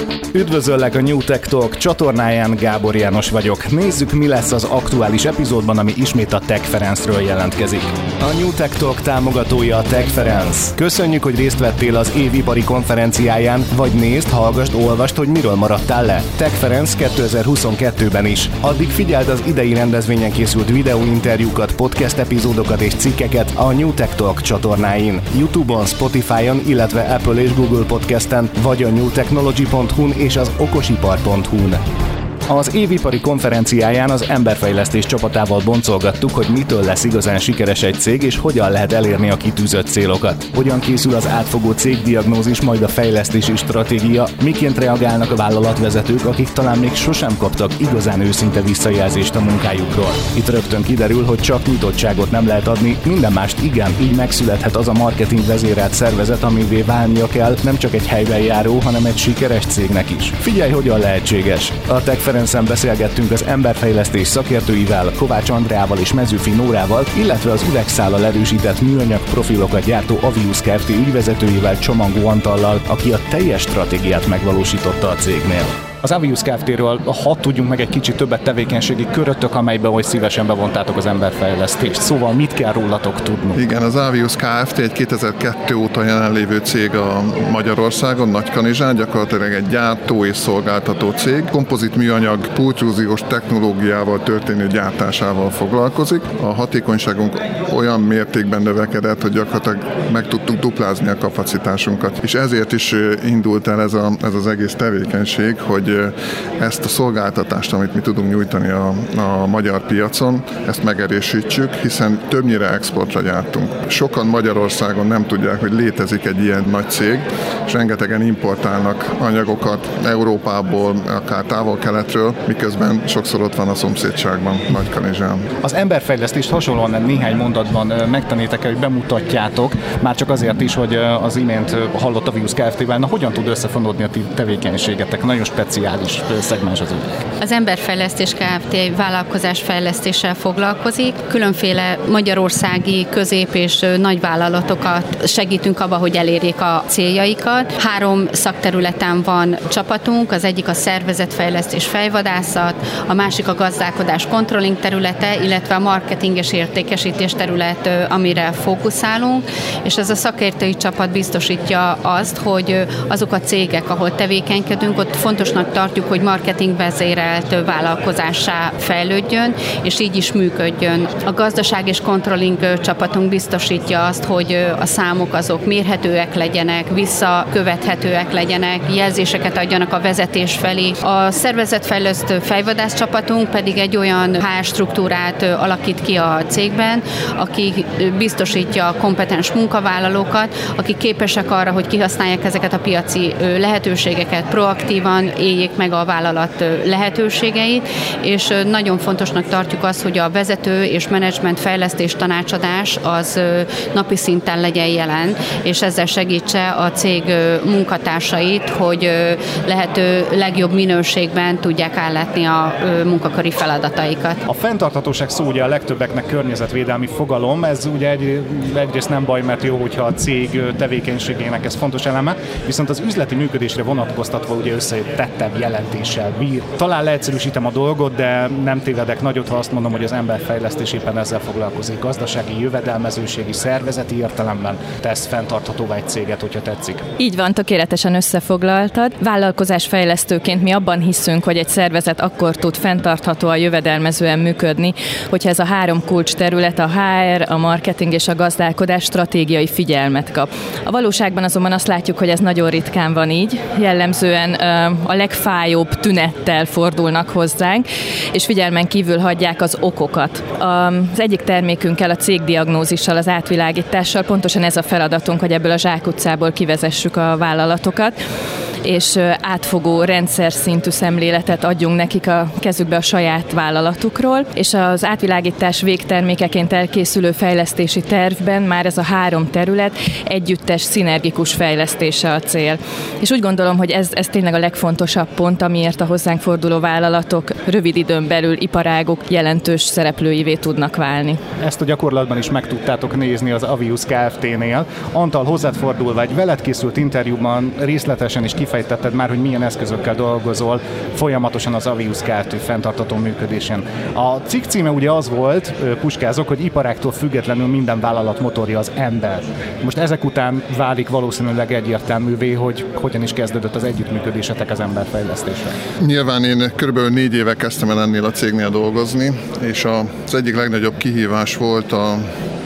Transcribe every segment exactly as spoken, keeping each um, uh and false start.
Üdvözöllek a New Tech Talk csatornáján, Gábor János vagyok. Nézzük, mi lesz az aktuális epizódban, ami ismét a Tech Ferencről jelentkezik. A New Tech Talk támogatója a Tech Ferenc. Köszönjük, hogy részt vettél az év ipari konferenciáján, vagy nézd, hallgasd, olvasd, hogy miről maradtál le. Tech Ferenc kétezer-huszonkettőben is. Addig figyeld az idei rendezvényen készült videóinterjúkat, podcast epizódokat és cikkeket a New Tech Talk csatornáin, YouTube-on, Spotify-on, illetve Apple és Google Podcasten, vagy a newtechnology pont hu-n és az okosipar pont hu-n. Az évipari konferenciáján az emberfejlesztés csapatával boncolgattuk, hogy mitől lesz igazán sikeres egy cég, és hogyan lehet elérni a kitűzött célokat. Hogyan készül az átfogó cégdiagnózis, majd a fejlesztési stratégia, miként reagálnak a vállalatvezetők, akik talán még sosem kaptak igazán őszinte visszajelzést a munkájukról. Itt rögtön kiderül, hogy csak nyitottságot nem lehet adni, minden mást igen, így megszülethet az a marketing vezérelt szervezet, amivé válnia kell nem csak egy helyben járó, hanem egy sikeres cégnek is. Figyelj, hogyan lehetséges. A Tech Ferencen beszélgettünk az emberfejlesztés szakértőivel, Kovács Andreával és Mezőfi Nórával, illetve az üvegszállal erősített műanyag profilokat gyártó Avius Kft. Ügyvezetőjével, Csomangó Antallal, aki a teljes stratégiát megvalósította a cégnél. Az Avius Kft-ről hadd tudjunk meg egy kicsit többet tevékenységi köröttök, amelyben oly szívesen bevontátok az emberfejlesztést. Szóval mit kell rólatok tudni? Igen, az Avius Kft. Egy kétezer-kettő óta jelenlévő cég a Magyarországon, Nagykanizsán, gyakorlatilag egy gyártó és szolgáltató cég. Kompozit műanyag pultrúziós technológiával történő gyártásával foglalkozik. A hatékonyságunk olyan mértékben növekedett, hogy gyakorlatilag meg tudtuk duplázni a kapacitásunkat. És ezért is indult el ez, a, ez az egész tevékenység, hogy ezt a szolgáltatást, amit mi tudunk nyújtani a, a magyar piacon, ezt megerősítsük, hiszen többnyire exportra gyártunk. Sokan Magyarországon nem tudják, hogy létezik egy ilyen nagy cég, és rengetegen importálnak anyagokat Európából, akár távol-keletről, miközben sokszor ott van a szomszédságban, Nagykanizsán. Az emberfejlesztést hasonlóan néhány mondatban megtanítek el, hogy bemutatjátok, már csak azért is, hogy az imént hallott Avius Kft-vel, na hogyan tud összefonódni a ti tevékenységetek? Nagyon speciális szegmens az ügy. Az Emberfejlesztés Kft. Vállalkozás fejlesztéssel foglalkozik. Különféle magyarországi közép- és nagyvállalatokat segítünk abba, hogy elérjék a céljaikat. Három szakterületen van csapatunk, az egyik a szervezetfejlesztés, fejvadászat, a másik a gazdálkodás controlling területe, illetve a marketing és értékesítés terület, amire fókuszálunk, és ez a szakértői csapat biztosítja azt, hogy azok a cégek, ahol tevékenykedünk, ott fontosnak tartjuk, hogy marketing vezérelt vállalkozássá fejlődjön, és így is működjön. A gazdaság és controlling csapatunk biztosítja azt, hogy a számok azok mérhetőek legyenek, visszakövethetőek legyenek, jelzéseket adjanak a vezetés felé. A szervezetfejlesztő fejvadász csapatunk pedig egy olyan há er struktúrát alakít ki a cégben, aki biztosítja a kompetens munkavállalókat, akik képesek arra, hogy kihasználják ezeket a piaci lehetőségeket, proaktívan éljék meg a vállalat lehetőségeit, és nagyon fontosnak tartjuk azt, hogy a vezető és menedzsment fejlesztés tanácsadás az napi szinten legyen jelen, és ezzel segítse a cég munkatársait, hogy lehető legjobb minőségben tudják ellátni a munkaköri feladataikat. A fenntarthatóság szó ugye a legtöbbeknek környezetvédelmi fogalom, ez ugye egy, egyrészt nem baj, mert jó, hogyha a cég tevékenységének ez fontos eleme, viszont az üzleti működésre vonatkoztatva ugye összetettebb jelentéssel bír. Talán leegyszerűsítem a dolgot, de nem tévedek nagyot, ha azt mondom, hogy az emberfejlesztés éppen ezzel foglalkozik. Gazdasági, jövedelmezőségi, szervezeti értelemben tesz fenntarthatóvá egy céget, hogyha tetszik. Így van, tökéletesen összefoglaltad. Vállalkozásfejlesztőként mi abban hiszünk, hogy egy szervezet akkor tud fenntarthatóan, jövedelmezően működni, hogyha ez a három kulcs terület, a há er, a marketing és a gazdálkodás stratégiai figyelmet kap. A valóságban azonban azt látjuk, hogy ez nagyon ritkán van így. Jellemzően a legfájóbb tünettel fordulnak hozzánk, és figyelmen kívül hagyják az okokat. Az egyik termékünkkel, a cégdiagnózissal, az átvilágítással pontosan ez a feladatunk, hogy ebből a zsákutcából kivezessük a vállalatokat, és átfogó rendszer szintű szemléletet adjunk nekik a kezükbe a saját vállalatukról, és az átvilágítás végtermékeként elkészülő fejlesztési tervben már ez a három terület együttes, szinergikus fejlesztése a cél. És úgy gondolom, hogy ez, ez tényleg a legfontosabb pont, amiért a hozzánk forduló vállalatok rövid időn belül iparágok jelentős szereplőivé tudnak válni. Ezt a gyakorlatban is meg tudtátok nézni az Avius Kft-nél. Antal, hozzád fordulva egy veled készült interjúban részletesen is kifejezett kifejtetted már, hogy milyen eszközökkel dolgozol folyamatosan az Avius Kft. Fenntartható működésén. A cikk címe ugye az volt, puskázok, hogy iparáktól függetlenül minden vállalat motorja az ember. Most ezek után válik valószínűleg egyértelművé, hogy hogyan is kezdődött az együttműködésetek az emberfejlesztésre. Nyilván én körülbelül négy éve kezdtem el ennél a cégnél dolgozni, és az egyik legnagyobb kihívás volt a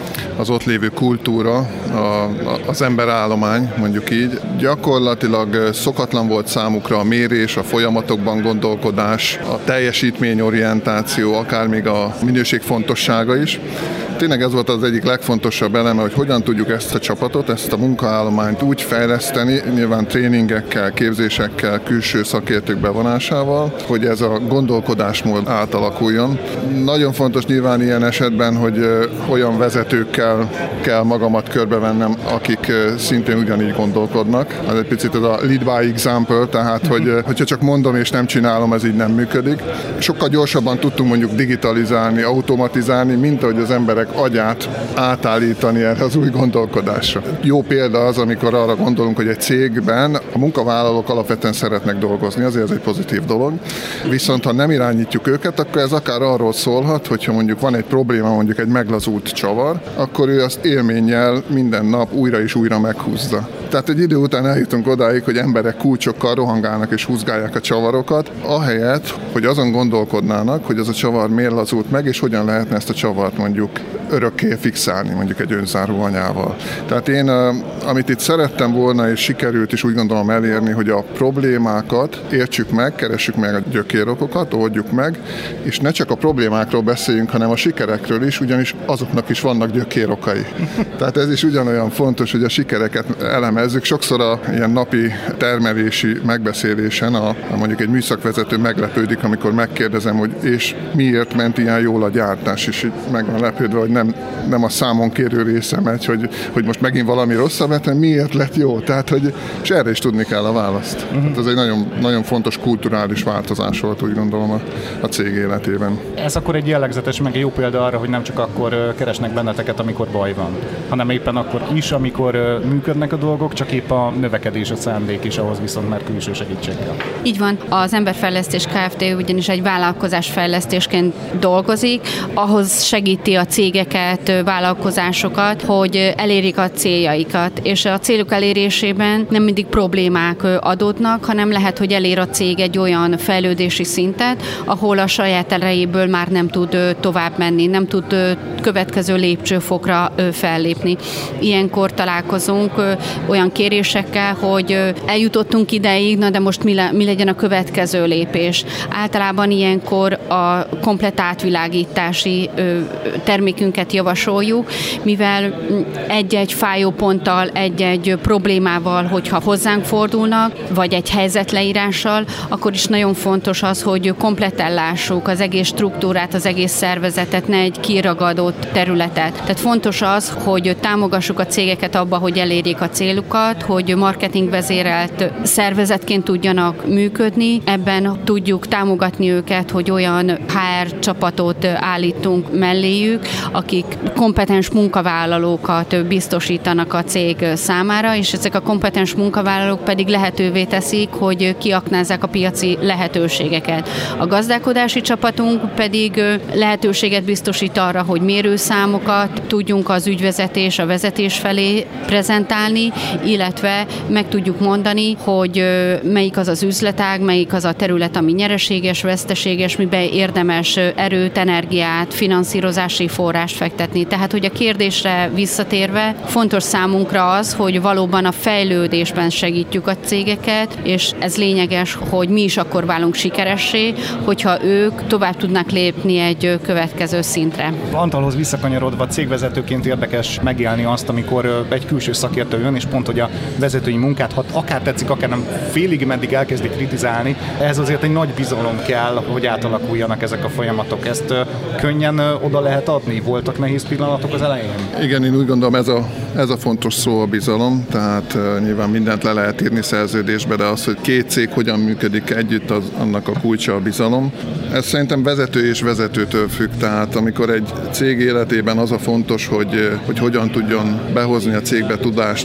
az ott lévő kultúra, a, az emberállomány, mondjuk így. Gyakorlatilag szokatlan volt számukra a mérés, a folyamatokban gondolkodás, a teljesítményorientáció, akár még a minőség fontossága is. Tényleg ez volt az egyik legfontosabb eleme, hogy hogyan tudjuk ezt a csapatot, ezt a munkaállományt úgy fejleszteni, nyilván tréningekkel, képzésekkel, külső szakértők bevonásával, hogy ez a gondolkodásmód átalakuljon. Nagyon fontos nyilván ilyen esetben, hogy olyan vezetőkkel kell magamat körbevennem, akik szintén ugyanígy gondolkodnak. Ez egy picit ez a lead by example, tehát hogy, hogyha csak mondom és nem csinálom, ez így nem működik. Sokkal gyorsabban tudtunk mondjuk digitalizálni, automatizálni, mint ahogy az emberek agyát átállítani erre az új gondolkodásra. Jó példa az, amikor arra gondolunk, hogy egy cégben a munkavállalók alapvetően szeretnek dolgozni, azért ez egy pozitív dolog. Viszont ha nem irányítjuk őket, akkor ez akár arról szólhat, hogyha mondjuk van egy probléma, mondjuk egy meglazult csavar, akkor ő azt élménnyel minden nap újra és újra meghúzza. Tehát egy idő után eljutunk odáig, hogy emberek kulcsokkal rohangálnak és húzgálják a csavarokat, ahelyett, hogy azon gondolkodnának, hogy az a csavar miért lazult meg, és hogyan lehetne ezt a csavart mondjuk örökké fixálni, mondjuk egy önzáró anyával. Tehát én, amit itt szerettem volna, és sikerült is úgy gondolom elérni, hogy a problémákat értsük meg, keressük meg a gyökérokokat, oldjuk meg, és ne csak a problémákról beszéljünk, hanem a sikerekről is, ugyanis azoknak is vannak gyökérokai. Tehát ez is ugyanolyan fontos, hogy a sikereket elemezzük. Sokszor a ilyen napi termelési megbeszélésen a, a mondjuk egy műszakvezető meglepődik, amikor megkérdezem, hogy és miért ment ilyen jól a gyártás, és így meg van lepődve, hogy nem, nem a számon kérő része megy, hogy, hogy most megint valami rosszabb lett, hanem miért lett jó. Tehát, hogy, és erre is tudni kell a választ. Uh-huh. Hát ez egy nagyon, nagyon fontos kulturális változás volt, úgy gondolom a, a cég életében. Ez akkor egy jellegzetes, meg egy jó példa arra, hogy nem csak akkor keresnek benneteket, amikor baj van, hanem éppen akkor is, amikor működnek a dolgok, csak épp a növekedés, a szándék is, ahhoz viszont már külső segítséggel. Így van. Az Emberfejlesztés Kft. Ugyanis egy vállalkozásfejlesztésként dolgozik, ahhoz segíti a cégeket, vállalkozásokat, hogy elérjék a céljaikat, és a célok elérésében nem mindig problémák adódnak, hanem lehet, hogy elér a cég egy olyan fejlődési szintet, ahol a saját erejéből már nem tud tovább menni, nem tud következő lépcsőfokra fellépni. Ilyenkor találkozunk olyan kérésekkel, hogy eljutottunk ideig, na de most mi, le, mi legyen a következő lépés. Általában ilyenkor a komplett átvilágítási termékünket javasoljuk, mivel egy-egy fájóponttal, egy-egy problémával, hogyha hozzánk fordulnak, vagy egy helyzetleírással, akkor is nagyon fontos az, hogy kompletten lássuk az egész struktúrát, az egész szervezetet, ne egy kiragadott területet. Tehát fontos az, hogy támogassuk a cégeket abba, hogy elérjék a célukat, hogy marketingvezérelt szervezetként tudjanak működni. Ebben tudjuk támogatni őket, hogy olyan há er csapatot állítunk melléjük, akik kompetens munkavállalókat biztosítanak a cég számára, és ezek a kompetens munkavállalók pedig lehetővé teszik, hogy kiaknázzák a piaci lehetőségeket. A gazdálkodási csapatunk pedig lehetőséget biztosít arra, hogy mérőszámokat tudjunk az ügyvezetés, a vezetés felé prezentálni, illetve meg tudjuk mondani, hogy melyik az az üzletág, melyik az a terület, ami nyereséges, veszteséges, miben érdemes erőt, energiát, finanszírozási forrást fektetni. Tehát, hogy a kérdésre visszatérve fontos számunkra az, hogy valóban a fejlődésben segítjük a cégeket, és ez lényeges, hogy mi is akkor válunk sikeressé, hogyha ők tovább tudnak lépni egy következő szintre. Antalhoz visszakanyarodva cégvezetőként érdekes megélni azt, amikor egy külső szakértő jön, és pont, hogy a vezetői munkát, ha akár tetszik, akár nem félig meddig elkezdi kritizálni, ehhez azért egy nagy bizalom kell, hogy átalakuljanak ezek a folyamatok. Ezt könnyen oda lehet adni? Voltak nehéz pillanatok az elején? Igen, én úgy gondolom, ez a, ez a fontos szó, a bizalom, tehát uh, nyilván mindent le lehet írni szerződésbe, de az, hogy két cég hogyan működik együtt, az, annak a kulcsa a bizalom. Ez szerintem vezető és vezetőtől függ, tehát amikor egy cég életében az a fontos, hogy, hogy hogyan tudjon behozni a cégbe tudást, hogy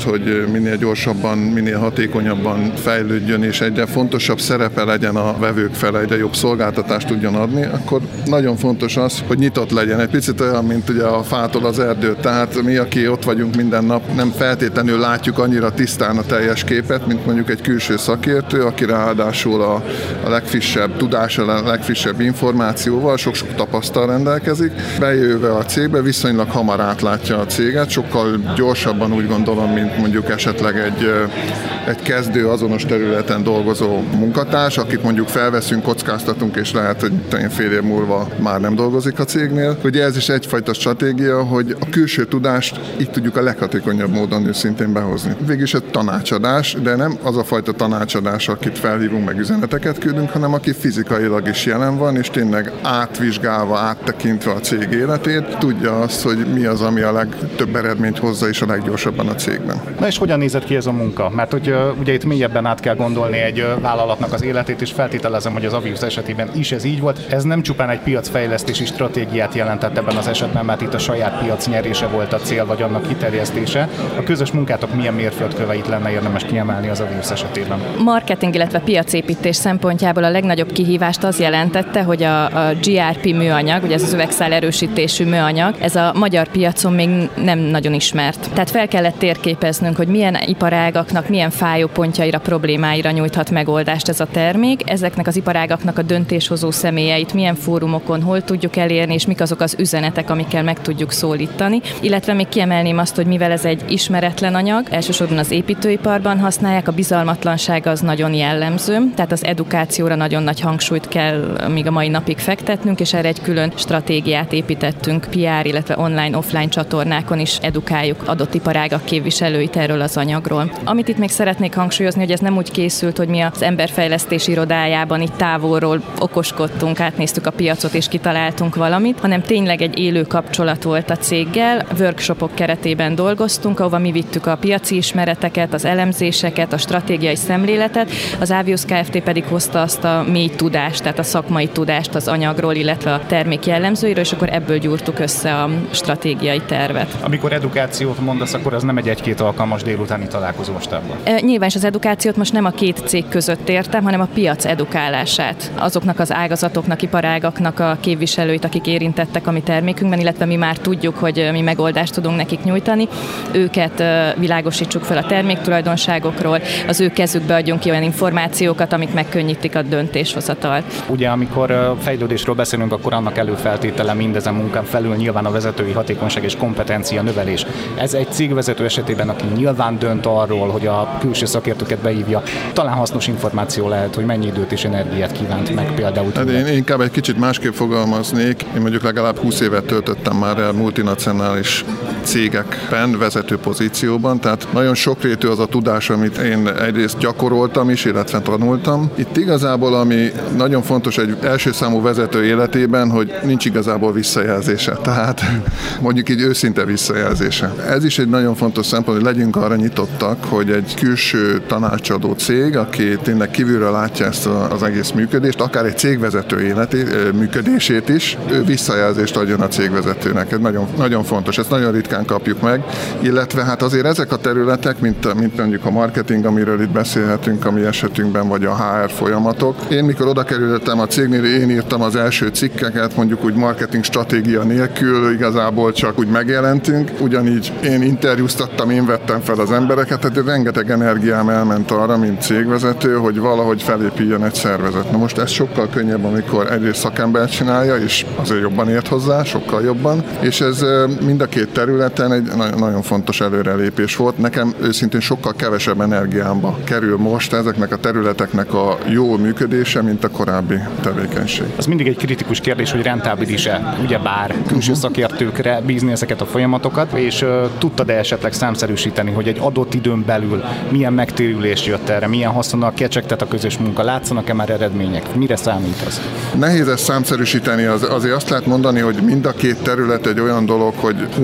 minél gyorsabban, minél hatékonyabban fejlődjön, és egyre fontosabb szerepe legyen a vevők fele, egyre jobb szolgáltatást tudjon adni, akkor nagyon fontos az, hogy nyitott legyen. Egy picit olyan, mint ugye a fától az erdő. Tehát mi, aki ott vagyunk minden nap, nem feltétlenül látjuk annyira tisztán a teljes képet, mint mondjuk egy külső szakértő, aki ráadásul a, a legfrissebb tudással, a legfrissebb információval, sok-sok tapasztal rendelkezik. Bejöve a cégbe viszonylag hamar átlátja a céget, sokkal gyorsabban úgy gondolom, mint mondjuk esetleg egy, egy kezdő azonos területen dolgozó munkatárs, akit mondjuk felveszünk, kockáztatunk, és lehet, hogy fél év múlva már nem dolgozik a cégnél. Ugye ez is egyfajta stratégia, hogy a külső tudást így tudjuk a leghatékonyabb módon őszintén behozni. Végülis egy tanácsadás, de nem az a fajta tanácsadás, akit felhívunk, meg üzeneteket küldünk, hanem aki fizikailag is jelen van, és tényleg átvizsgálva, áttekintve a cég életét, tudja azt, hogy mi az, ami a legtöbb eredményt hozza és a leggyorsabban a cégben. Na és hogyan nézett ki ez a munka? Mert hogy uh, ugye itt mélyebben át kell gondolni egy uh, vállalatnak az életét, és feltételezem, hogy az Avius esetében is ez így volt. Ez nem csupán egy piacfejlesztési stratégiát jelentett ebben az esetben, mert itt a saját piac nyerése volt a cél, vagy annak kiterjesztése. A közös munkátok milyen mérföldköveit lenne érdemes kiemelni az Avius esetében? Marketing, illetve piacépítés szempontjából a legnagyobb kihívást az jelentette, hogy a, a gé er pé műanyag, ugye ez az üvegszál erősítésű műanyag, ez a magyar piacon még nem nagyon ismert. Tehát fel kellett térképeznünk, hogy milyen iparágaknak, milyen fájópontjaira, problémáira nyújthat megoldást ez a termék. Ezeknek az iparágaknak a döntéshozó személyeit milyen fórumokon, hol tudjuk elérni, és mik azok az üzenetek, amikkel meg tudjuk szólítani. Illetve még kiemelném azt, hogy mivel ez egy ismeretlen anyag, elsősorban az építőiparban használják, a bizalmatlanság az nagyon jellemző, tehát az edukációra nagyon nagy hangsúlyt kell még a mai napig fektetnünk, és erre egy külön stratégiát építettünk, pé er, illetve online, offline csatornákon is edukáljuk adott iparágak képviselőit erről az anyagról. Amit itt még szeretnék hangsúlyozni, hogy ez nem úgy készült, hogy mi az emberfejlesztés irodájában itt távolról okoskodtunk, átnéztük a piacot és kitaláltunk valamit, hanem tényleg egy élő kapcsolat volt a céggel, workshopok keretében dolgoztunk, ahova mi vittük a piaci ismereteket, az elemzéseket, a stratégiai szemléletet, az Avius Kft. Pedig hozta azt a mély tudást, tehát a szakmai tudást az anyagról, illetve a termék jellemzőiről, és akkor ebből gyúrtuk össze a stratégiai tervet. Amikor edukációt mondasz, akkor az nem egy egy-két alkalmas délutáni találkozó stábban. E, nyilván is az edukációt most nem a két cég között értem, hanem a piac edukálását. Azoknak az ágazatoknak, iparágaknak a képviselőit, akik érintettek a mi termékünkben, illetve mi már tudjuk, hogy mi megoldást tudunk nekik nyújtani. Őket világosítsuk fel a terméktulajdonságokról, az ő kezükbe adjunk ki olyan információkat, amik megkönnyítik a döntéshozatalt. Ugye, amikor fejlődésről beszélünk, akkor annak előfeltétele mindezen munkán felül nyilván a vezetői hatékonyság és kompetencia növelés. Ez egy cégvezető esetében, aki nyilván dönt arról, hogy a külső szakértőket beívja, talán hasznos információ lehet, hogy mennyi időt és energiát kívánt meg például. Hát én inkább egy kicsit másképp fogalmaznék. Én mondjuk legalább húsz évet töltöttem már el multinacionális cégekben, vezető pozícióban, tehát nagyon sokrétű az a tudás, amit én egyrészt gyakoroltam is, illetve tanultam. Itt igazából, ami nagyon fontos egy első számú vezető életében, hogy nincs igazából visszajelzése, tehát mondjuk így őszinte visszajelzése. Ez is egy nagyon fontos szempont, hogy legyünk arra nyitottak, hogy egy külső tanácsadó cég, aki tényleg kívülről látja ezt az egész működést, akár egy cégvezető életét, működését is, ő visszajelzést adjon a cégvezetőnek. Ez nagyon, nagyon fontos, ezt nagyon ritkán kapjuk meg, illetve hát azért ezek a területek, mint, mint mondjuk a marketing, amiről itt beszélhetünk a mi esetünkben, vagy a há er folyamatok. Én mikor oda kerültem a cégnél, én írtam az első cikkeket, mondjuk úgy marketing stratégia nélkül, igazából csak úgy megjelentünk. Ugyanígy én interjúztattam, én vettem fel az embereket, tehát rengeteg energiám elment arra, mint cégvezető, hogy valahogy felépüljön egy szervezet. Na most ez sokkal könnyebb, amikor egyrészt szakember csinálja, és azért jobban ért hozzá, sokkal jobban, és ez mind a két területen egy nagyon fontos előrelépés volt. Nekem őszintén sokkal kevesebb energiámba kerül most ezeknek a területeknek a jó működése, mint a korábbi tevékenység. Az mindig egy kritikus kérdés, hogy rentábilis-e, ugyebár külső szakértőkre bízni ezeket a folyamatokat, és uh, tudtad-e esetleg számszerűsíteni, hogy egy adott időn belül milyen megtérülés jött erre, milyen haszonnal kecsegtet a közös munka, látszanak-e már eredmények? Mire számít az? Nehéz ezt számszerűsíteni, az, azért azt lehet mondani, hogy mind a két terület egy olyan dolog, hogy hónapok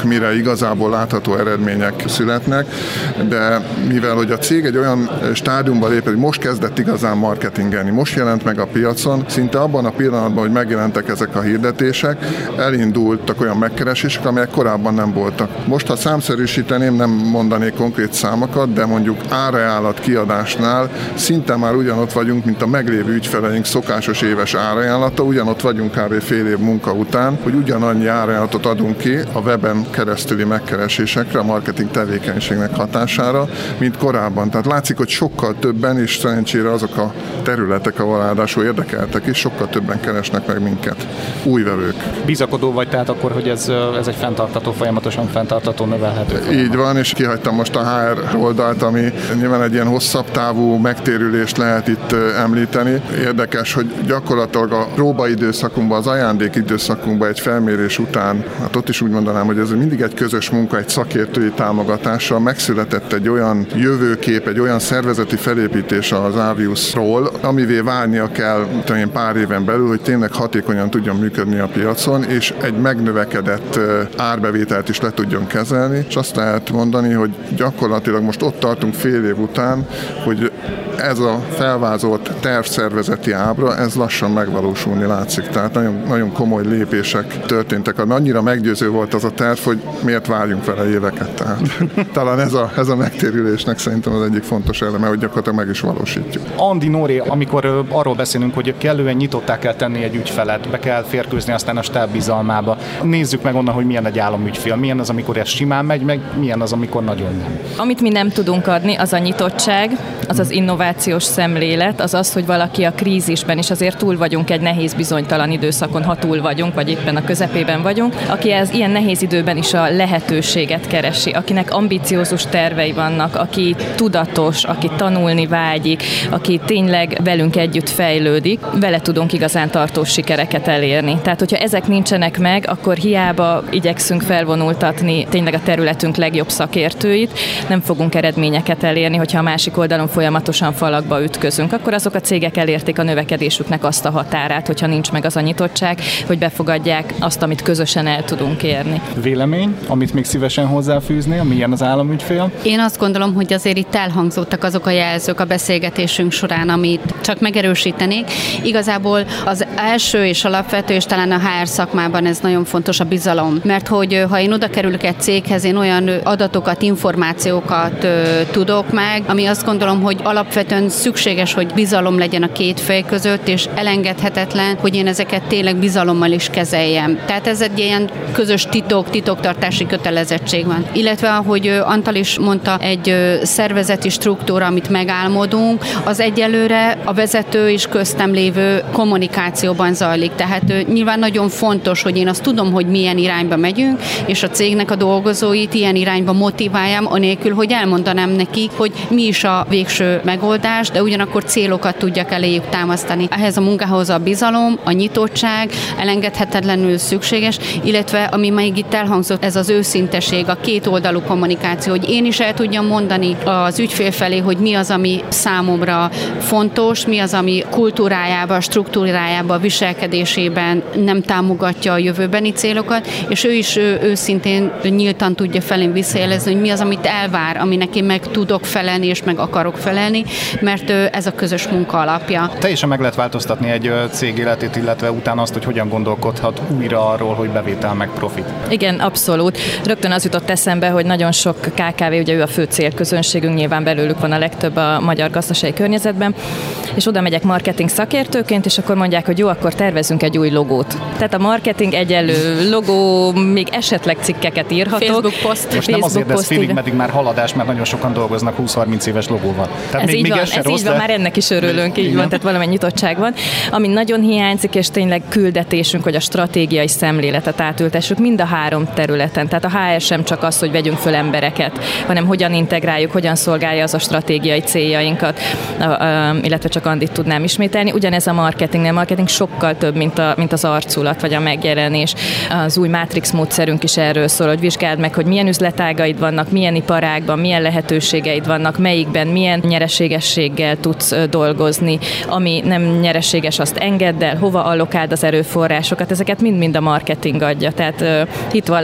várjuk, mire igazából látható eredmények születnek, de mivel hogy a cég egy olyan stádiumba lép, hogy most kezdett igazán marketingelni, most jelent meg a piacon, szinte abban a pillanatban, hogy megjelentek ezek a hirdetések, elindultak olyan megkeresések, amelyek korábban nem voltak. Most, ha számszerűsíteném, nem mondanék konkrét számokat, de mondjuk árajánlat kiadásnál szinte már ugyanott vagyunk, mint a meglévő ügyfeleink szokásos éves árajánlata, ugyanott vagyunk kb. Fél év munka után, hogy ugyanannyi árajánlatot adunk ki a weben keresztüli megkeresésekre, a marketing tevékenységnek hatására, mint korábban. Tehát látszik, hogy sokkal többen, és szerencsére azok a területek, ahol ráadásul érdekeltek is, sokkal többen keresnek meg minket. Új vevők. Bizakodó vagy tehát akkor, hogy ez, ez egy fenntartató, folyamatosan fenntartató, növelhető folyamat. Így van, és kihagytam most a há er oldalt, ami nyilván egy ilyen hosszabb távú megtérülést lehet itt említeni. Érdekes, hogy gyakorlatilag a próbaidőszakunkban, az ajándék időszakunkban egy felmérés után, hát ott is úgy mondanám, hogy ez mindig egy közös munka, egy szakértői támogatással megszületett egy olyan jövőkép, egy olyan szervezeti felépítés az Aviusról, amivé válnia kell talán pár éven belül, hogy tényleg hatékonyan tudjon működni a piacon, és egy megnövekedett árbevételt is le tudjon kezelni, és azt lehet mondani, hogy gyakorlatilag most ott tartunk fél év után, hogy ez a felvázolt tervszervezeti ábra, ez lassan megvalósulni látszik. Tehát nagyon, nagyon komoly lépések történtek. Annyira meggyőző volt az a terv, hogy miért várjunk vele éveket. Tehát talán ez a, ez a megtérülésnek szerintem az egyik fontos eleme, hogy gyakorlatilag meg is valósítjuk. Andi Nóri, amikor arról beszélünk, hogy kellően nyitottá kell tenni egy ügyfelet, be kell férkőzni aztán a stáb bizalmába. Nézzük meg onnan, hogy milyen egy államügyfél, milyen az, amikor ez simán megy, meg milyen az, amikor nagyon nem. Amit mi nem tudunk adni, az a nyitottság, az az innovációs szemlélet, az az, hogy valaki a krízisben, és azért túl vagyunk egy nehéz bizonytalan időszakon, ha túl vagyunk, vagy éppen a közepében vagyunk, aki ez ilyen nehéz időben is a lehetőséget keresi, akinek ambiciózus tervei vannak, aki tudatos, aki tanulni vágyik, aki tényleg velünk együtt fejlődik, vele tudunk igazán tartós sikereket elérni. Tehát, hogyha ezek nincsenek meg, akkor hiába igyekszünk felvonultatni tényleg a területünk legjobb szakértőit, nem fogunk eredményeket elérni, hogyha a másik oldalon folyamatosan falakba ütközünk. Akkor azok a cégek elérték a növekedésüknek azt a határát, hogyha nincs meg az a nyitottság, hogy befogadják azt, amit közösen el tudunk érni. Vélemény, amit még szívesen hozzáfűznél, milyen az államügyfél? Én azt gondolom, hogy azért itt elhangzottak azok a jelzők a beszélgetésünk során, amit csak megerősítenék. Igazából az első és alapvető, és talán a há er szakmában ez nagyon fontos, a bizalom. Mert hogy ha én oda kerülök egy céghez, én olyan adatokat, információkat ö, tudok meg, ami azt gondolom, hogy alapvetően szükséges, hogy bizalom legyen a két fél között, és elengedhetetlen, hogy én ezeket tényleg bizalommal is kezeljem. Tehát ez egy ilyen közös titok, titoktartási kötelezettség van. Illetve, ahogy Antal is mondta, egy szervezeti struktúra, amit megálmodunk, az egyelőre a vezető és köztem lévő kommunikációban zajlik. Tehát nyilván nagyon fontos, hogy én azt tudom, hogy milyen irányba megyünk, és a cégnek a dolgozóit ilyen irányba motiváljam, anélkül, hogy elmondanám nekik, hogy mi is a végső megoldás, de ugyanakkor célokat tudjak eléjük támasztani. Ehhez a munkához a bizalom, a nyitottság elengedhetetlenül szükséges, illetve ami még itt elhangzott, ez az őszinteség, a kétoldalú kommunikáció, hogy én is el tudjam mondani az ügyfél felé, hogy mi az, ami számomra fontos, mi az, ami kultúrájában, struktúrájában, viselkedésében nem támogatja a jövőbeni célokat, és ő is ő, őszintén nyíltan tudja felém visszajelezni, hogy mi az, amit elvár, aminek én meg tudok felelni, és meg akarok felelni, mert ez a közös munka alapja. Teljesen meg lehet változtatni egy cég életét, illetve utána azt, hogy hogyan gondolkodhat újra arról, hogy bevétel meg profit. Igen, abszolút. Rögtön az jutott eszembe, hogy nagyon sok ká ká vé, ugye ő a fő célközönségünk, nyilván belőlük van a legtöbb a magyar gazdasági környezetben, és oda megyek marketing szakértőként, és akkor mondják, hogy jó, akkor tervezünk egy új logót. Tehát a marketing egyenlő logó, még esetleg cikkeket írhatok. Facebook poszt. Most Facebook nem azért, de ez félig igen. meddig már haladás, mert nagyon sokan dolgoznak húsz-harminc éves logóval. Tehát ez még, így még van, ez, ez rossz, így van, de... már ennek is örülünk, így igen. van, tehát valamennyi nyitottság van. Ami nagyon hiányzik, és tényleg küldetésünk, hogy a stratégiai szemléletet átültessük mind a három területen. Tehát a há er sem csak az, hogy vegyünk föl embereket, hanem hogyan integráljuk, hogyan szolgálja az a stratégiai céljainkat, illetve csak Andit tudnám ismételni. Ugyanez a marketingnél. A marketing sokkal több, mint, a, mint az arculat, vagy a megjelenés. Az új Matrix módszerünk is erről szól, hogy vizsgáld meg, hogy milyen üzletágaid vannak, milyen iparágban, milyen lehetőségeid vannak, melyikben milyen nyereségességgel tudsz dolgozni, ami nem nyereséges, azt engedd el, hova allokáld az erőforrásokat, ezeket mind-mind a marketing adja. Tehát hitvallás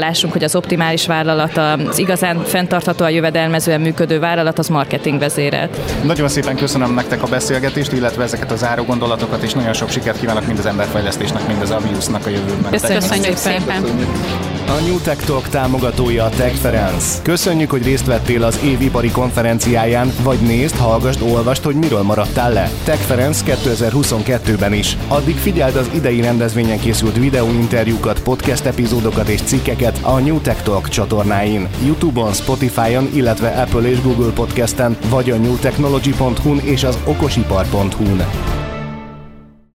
lássunk, hogy az optimális vállalat, az igazán fenntartható, a jövedelmezően működő vállalat, az marketingvezérelt. Nagyon szépen köszönöm nektek a beszélgetést, illetve ezeket a záró gondolatokat, és nagyon sok sikert kívánok mind az emberfejlesztésnek, mind az Aviusnak a jövőben. Köszönjük, Köszönjük szépen! szépen. A New Tech Talk támogatója a Tech Ferenc. Köszönjük, hogy részt vettél az évipari konferenciáján, vagy nézd, hallgasd, olvasd, hogy miről maradtál le. Tech Ferenc kétezer-huszonkettőben is. Addig figyeld az idei rendezvényen készült videóinterjúkat, podcast epizódokat és cikkeket a New Tech Talk csatornáin, YouTube-on, Spotify-on, illetve Apple és Google Podcasten, vagy a newtechnology pont hu-n és az okosipar pont hu-n.